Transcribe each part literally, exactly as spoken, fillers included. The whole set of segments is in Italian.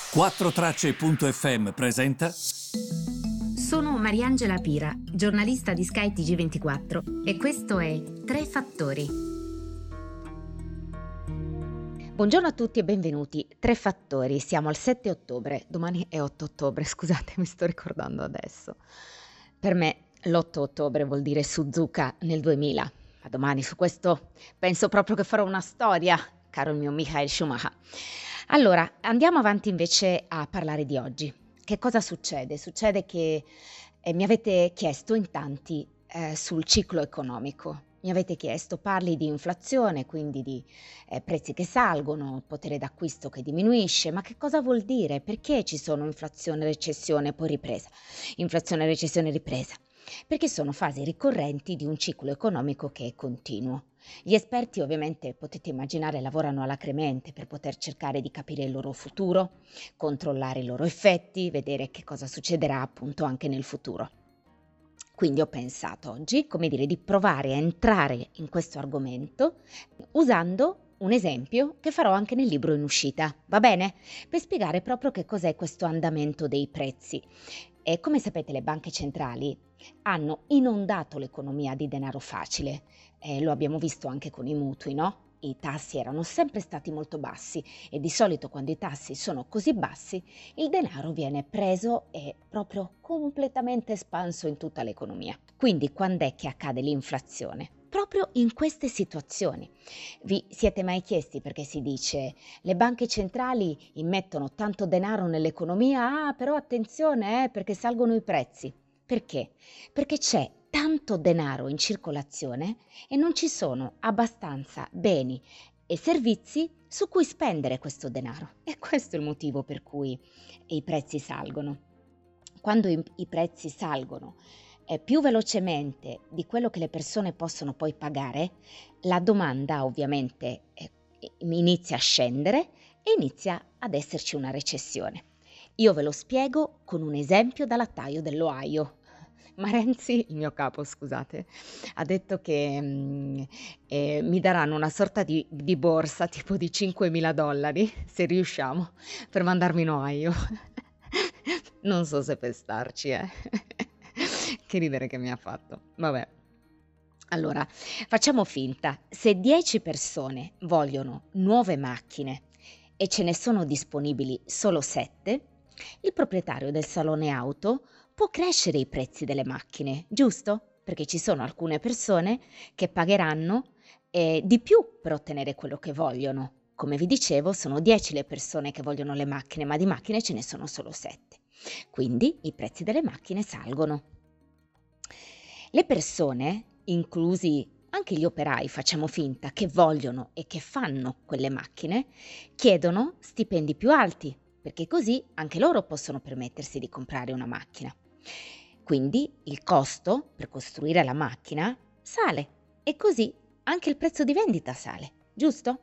quattro tracce punto effe emme presenta. Sono Mariangela Pira, giornalista di Sky T G ventiquattro e questo è Tre Fattori. Buongiorno a tutti e benvenuti. Tre Fattori, siamo al sette ottobre, domani è otto ottobre, scusate, mi sto ricordando adesso. Per me l'otto ottobre vuol dire Suzuka nel duemila. A domani su questo penso proprio che farò una storia, caro il mio Michael Schumacher. Allora, andiamo avanti invece a parlare di oggi. Che cosa succede? Succede che eh, mi avete chiesto in tanti eh, sul ciclo economico. Mi avete chiesto, parli di inflazione, quindi di eh, prezzi che salgono, potere d'acquisto che diminuisce, ma che cosa vuol dire? Perché ci sono inflazione, recessione e poi ripresa? Inflazione, recessione e ripresa? Perché sono fasi ricorrenti di un ciclo economico che è continuo. Gli esperti ovviamente, potete immaginare, lavorano alacremente per poter cercare di capire il loro futuro, controllare i loro effetti, vedere che cosa succederà appunto anche nel futuro. Quindi ho pensato oggi, come dire, di provare a entrare in questo argomento usando un esempio che farò anche nel libro in uscita, va bene? Per spiegare proprio che cos'è questo andamento dei prezzi. E come sapete le banche centrali hanno inondato l'economia di denaro facile, eh, lo abbiamo visto anche con i mutui, no? I tassi erano sempre stati molto bassi e di solito quando i tassi sono così bassi il denaro viene preso e proprio completamente espanso in tutta l'economia. Quindi quando è che accade l'inflazione? Proprio in queste situazioni. Vi siete mai chiesti perché si dice le banche centrali immettono tanto denaro nell'economia, ah però attenzione eh, perché salgono i prezzi. Perché? Perché c'è tanto denaro in circolazione e non ci sono abbastanza beni e servizi su cui spendere questo denaro. E questo è il motivo per cui i prezzi salgono. Quando i, i prezzi salgono eh, più velocemente di quello che le persone possono poi pagare, la domanda ovviamente eh, inizia a scendere e inizia ad esserci una recessione. Io ve lo spiego con un esempio dal lattaio dell'Ohio. Ma Renzi, il mio capo, scusate, ha detto che mh, eh, mi daranno una sorta di, di borsa tipo di cinquemila dollari, se riusciamo, per mandarmi in Ohio. Non so se per starci, eh. Che ridere che mi ha fatto. Vabbè. Allora, facciamo finta. Se dieci persone vogliono nuove macchine e ce ne sono disponibili solo sette, il proprietario del salone auto può crescere i prezzi delle macchine, giusto? Perché ci sono alcune persone che pagheranno eh, di più per ottenere quello che vogliono. Come vi dicevo, sono dieci le persone che vogliono le macchine, ma di macchine ce ne sono solo sette. Quindi i prezzi delle macchine salgono. Le persone, inclusi anche gli operai, facciamo finta, che vogliono e che fanno quelle macchine, chiedono stipendi più alti, perché così anche loro possono permettersi di comprare una macchina. Quindi il costo per costruire la macchina sale e così anche il prezzo di vendita sale, giusto?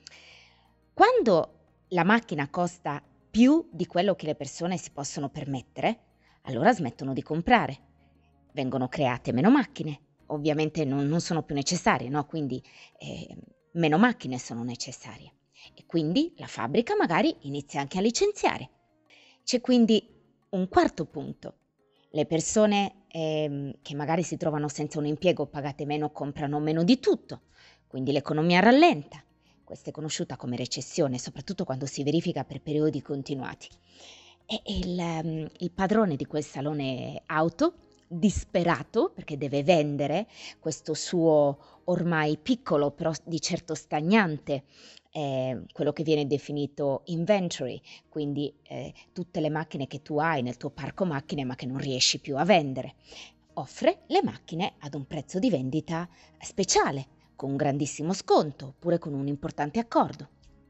Quando la macchina costa più di quello che le persone si possono permettere, allora smettono di comprare. Vengono create meno macchine, ovviamente non, non sono più necessarie, no? Quindi eh, meno macchine sono necessarie e quindi la fabbrica magari inizia anche a licenziare. C'è quindi un quarto punto. Le persone ehm, che magari si trovano senza un impiego, pagate meno, comprano meno di tutto, quindi l'economia rallenta. Questa è conosciuta come recessione, soprattutto quando si verifica per periodi continuati. E il, um, il padrone di quel salone auto, disperato perché deve vendere questo suo ormai piccolo, però di certo stagnante, eh, quello che viene definito inventory, quindi eh, tutte le macchine che tu hai nel tuo parco macchine ma che non riesci più a vendere, offre le macchine ad un prezzo di vendita speciale, con un grandissimo sconto oppure con un importante accordo.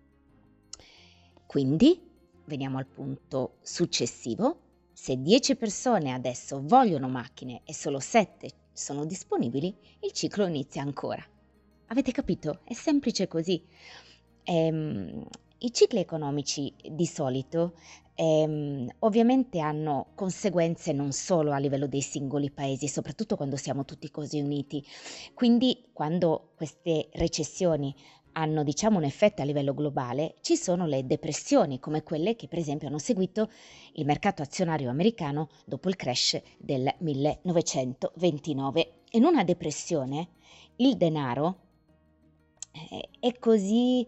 Quindi, veniamo al punto successivo, se dieci persone adesso vogliono macchine e solo sette sono disponibili, il ciclo inizia ancora. Avete capito? È semplice così. Ehm, I cicli economici di solito ehm, ovviamente hanno conseguenze non solo a livello dei singoli paesi, soprattutto quando siamo tutti così uniti. Quindi quando queste recessioni hanno diciamo un effetto a livello globale, ci sono le depressioni, come quelle che per esempio hanno seguito il mercato azionario americano dopo il crash del millenovecentoventinove. In una depressione il denaro eh, è così,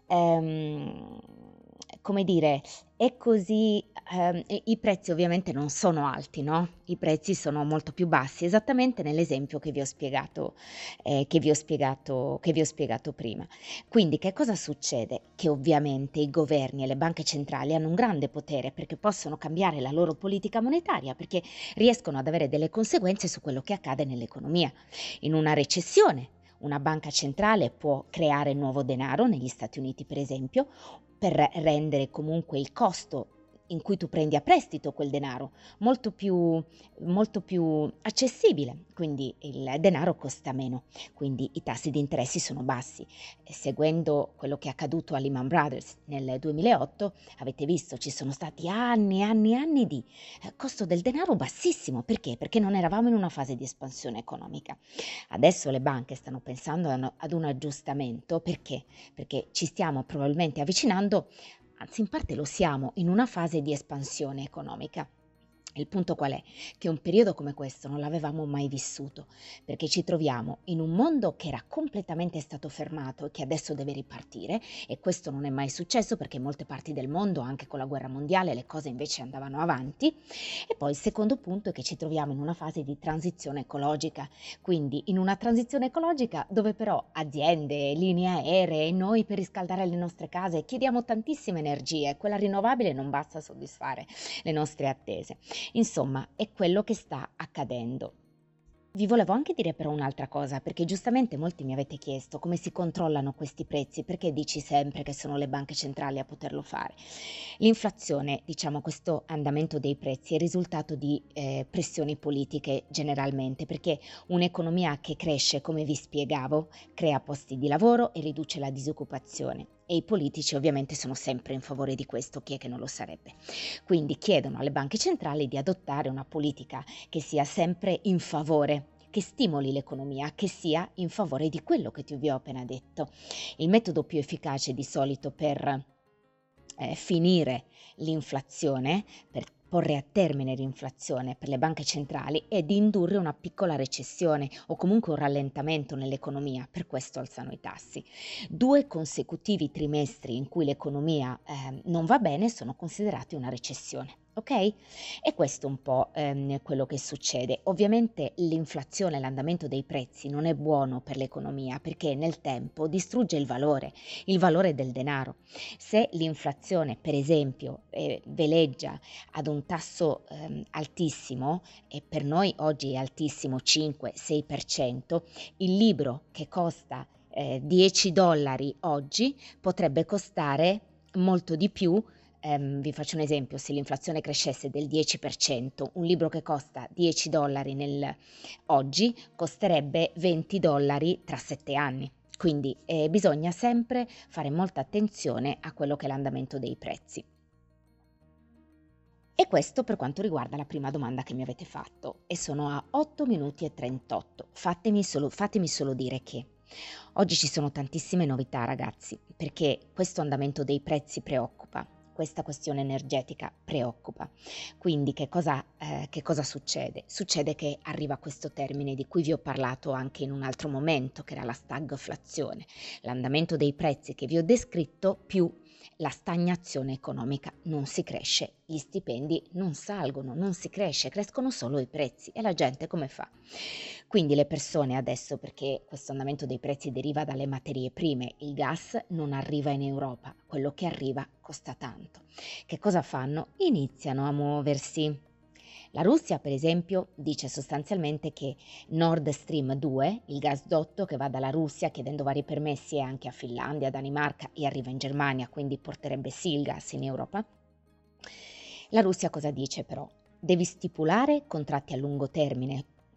ehm, come dire, è così, ehm, e i prezzi ovviamente non sono alti, no, i prezzi sono molto più bassi, esattamente nell'esempio che vi ho spiegato ehm, che vi ho spiegato che vi ho spiegato prima. Quindi che cosa succede? Che ovviamente i governi e le banche centrali hanno un grande potere perché possono cambiare la loro politica monetaria, perché riescono ad avere delle conseguenze su quello che accade nell'economia. In una recessione, una banca centrale può creare nuovo denaro, negli Stati Uniti per esempio, per rendere comunque il costo in cui tu prendi a prestito quel denaro molto più, molto più accessibile, quindi il denaro costa meno, quindi i tassi di interessi sono bassi. E seguendo quello che è accaduto a Lehman Brothers nel duemilaotto, avete visto, ci sono stati anni e anni e anni di eh, costo del denaro bassissimo. Perché? Perché non eravamo in una fase di espansione economica. Adesso le banche stanno pensando a- ad un aggiustamento. Perché? Perché ci stiamo probabilmente avvicinando, anzi in parte lo siamo, in una fase di espansione economica. Il punto qual è? Che un periodo come questo non l'avevamo mai vissuto, perché ci troviamo in un mondo che era completamente stato fermato e che adesso deve ripartire, e questo non è mai successo perché in molte parti del mondo, anche con la guerra mondiale, le cose invece andavano avanti. E poi il secondo punto è che ci troviamo in una fase di transizione ecologica, quindi in una transizione ecologica dove però aziende, linee aeree e noi per riscaldare le nostre case chiediamo tantissime energie, quella rinnovabile non basta a soddisfare le nostre attese. Insomma, è quello che sta accadendo. Vi volevo anche dire però un'altra cosa, perché giustamente molti mi avete chiesto come si controllano questi prezzi, perché dici sempre che sono le banche centrali a poterlo fare. L'inflazione, diciamo questo andamento dei prezzi, è il risultato di eh, pressioni politiche generalmente, perché un'economia che cresce, come vi spiegavo, crea posti di lavoro e riduce la disoccupazione. E i politici ovviamente sono sempre in favore di questo, chi è che non lo sarebbe. Quindi chiedono alle banche centrali di adottare una politica che sia sempre in favore, che stimoli l'economia, che sia in favore di quello che ti vi ho appena detto. Il metodo più efficace di solito per eh, finire l'inflazione, per porre a termine l'inflazione per le banche centrali è di indurre una piccola recessione o comunque un rallentamento nell'economia, per questo alzano i tassi. Due consecutivi trimestri in cui l'economia eh, non va bene sono considerati una recessione. Ok? E questo è un po' ehm, quello che succede. Ovviamente l'inflazione, l'andamento dei prezzi non è buono per l'economia perché nel tempo distrugge il valore, il valore del denaro. Se l'inflazione, per esempio, eh, veleggia ad un tasso ehm, altissimo, e per noi oggi è altissimo cinque sei per cento, il libro che costa eh, dieci dollari oggi potrebbe costare molto di più. Ehm, vi faccio un esempio: se l'inflazione crescesse del dieci per cento, un libro che costa dieci dollari nel, oggi costerebbe venti dollari tra sette anni. Quindi eh, bisogna sempre fare molta attenzione a quello che è l'andamento dei prezzi. E questo per quanto riguarda la prima domanda che mi avete fatto, e sono a otto minuti e trentotto. Fatemi solo, fatemi solo dire che oggi ci sono tantissime novità, ragazzi, perché questo andamento dei prezzi preoccupa, questa questione energetica preoccupa. Quindi che cosa, eh, che cosa succede? Succede che arriva questo termine di cui vi ho parlato anche in un altro momento, che era la stagflazione, l'andamento dei prezzi che vi ho descritto più la stagnazione economica. Non si cresce, gli stipendi non salgono, non si cresce, crescono solo i prezzi. E la gente come fa? Quindi le persone adesso, perché questo andamento dei prezzi deriva dalle materie prime, il gas non arriva in Europa, quello che arriva costa tanto. Che cosa fanno? Iniziano a muoversi. La Russia, per esempio, dice sostanzialmente che Nord Stream due, il gasdotto che va dalla Russia chiedendo vari permessi anche a Finlandia, Danimarca e arriva in Germania, quindi porterebbe sì il gas in Europa. La Russia cosa dice però? Devi stipulare contratti a lungo termine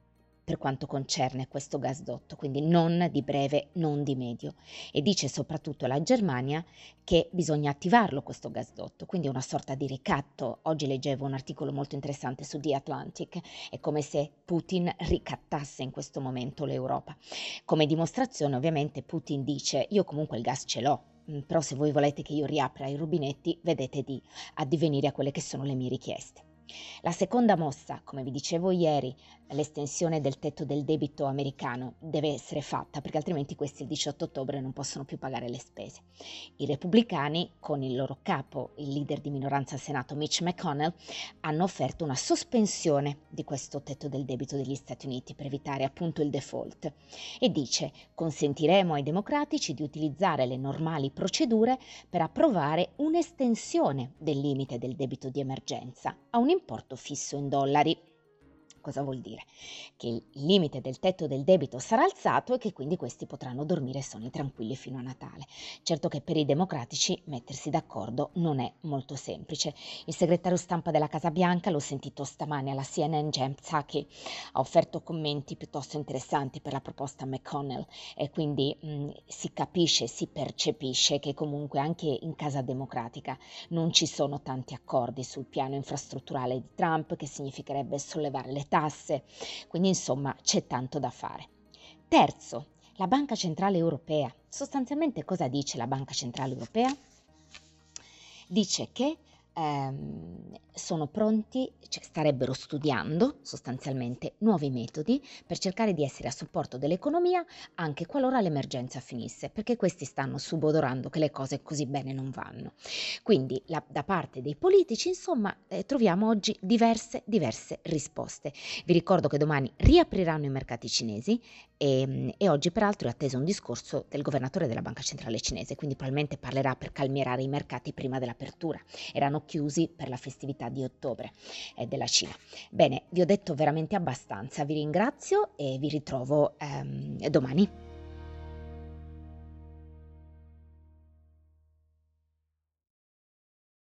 per quanto concerne questo gasdotto, quindi non di breve, non di medio, e dice soprattutto alla Germania che bisogna attivarlo questo gasdotto, quindi è una sorta di ricatto. Oggi leggevo un articolo molto interessante su The Atlantic, è come se Putin ricattasse in questo momento l'Europa. Come dimostrazione ovviamente Putin dice: io comunque il gas ce l'ho, mm, però se voi volete che io riapra i rubinetti vedete di addivenire a quelle che sono le mie richieste. La seconda mossa, come vi dicevo ieri, l'estensione del tetto del debito americano deve essere fatta, perché altrimenti questi il diciotto ottobre non possono più pagare le spese. I repubblicani, con il loro capo, il leader di minoranza al Senato Mitch McConnell, hanno offerto una sospensione di questo tetto del debito degli Stati Uniti per evitare appunto il default, e dice: consentiremo ai democratici di utilizzare le normali procedure per approvare un'estensione del limite del debito di emergenza a un importo fisso in dollari. Cosa vuol dire? Che il limite del tetto del debito sarà alzato e che quindi questi potranno dormire sonni tranquilli fino a Natale. Certo che per i democratici mettersi d'accordo non è molto semplice. Il segretario stampa della Casa Bianca, l'ho sentito stamane alla C N N, Jen Psaki, ha offerto commenti piuttosto interessanti per la proposta McConnell, e quindi mh, si capisce, si percepisce che comunque anche in Casa Democratica non ci sono tanti accordi sul piano infrastrutturale di Trump, che significherebbe sollevare le tasse, quindi insomma c'è tanto da fare. Terzo, la Banca Centrale Europea. Sostanzialmente cosa dice la Banca Centrale Europea? Dice che ehm, sono pronti, cioè starebbero studiando sostanzialmente nuovi metodi per cercare di essere a supporto dell'economia anche qualora l'emergenza finisse, perché questi stanno subodorando che le cose così bene non vanno. Quindi la, da parte dei politici, insomma, eh, troviamo oggi diverse, diverse risposte. Vi ricordo che domani riapriranno i mercati cinesi e, e oggi peraltro è atteso un discorso del governatore della Banca Centrale cinese, quindi probabilmente parlerà per calmierare i mercati prima dell'apertura. Erano chiusi per la festività di ottobre eh, della Cina. Bene, vi ho detto veramente abbastanza, vi ringrazio e vi ritrovo ehm, domani.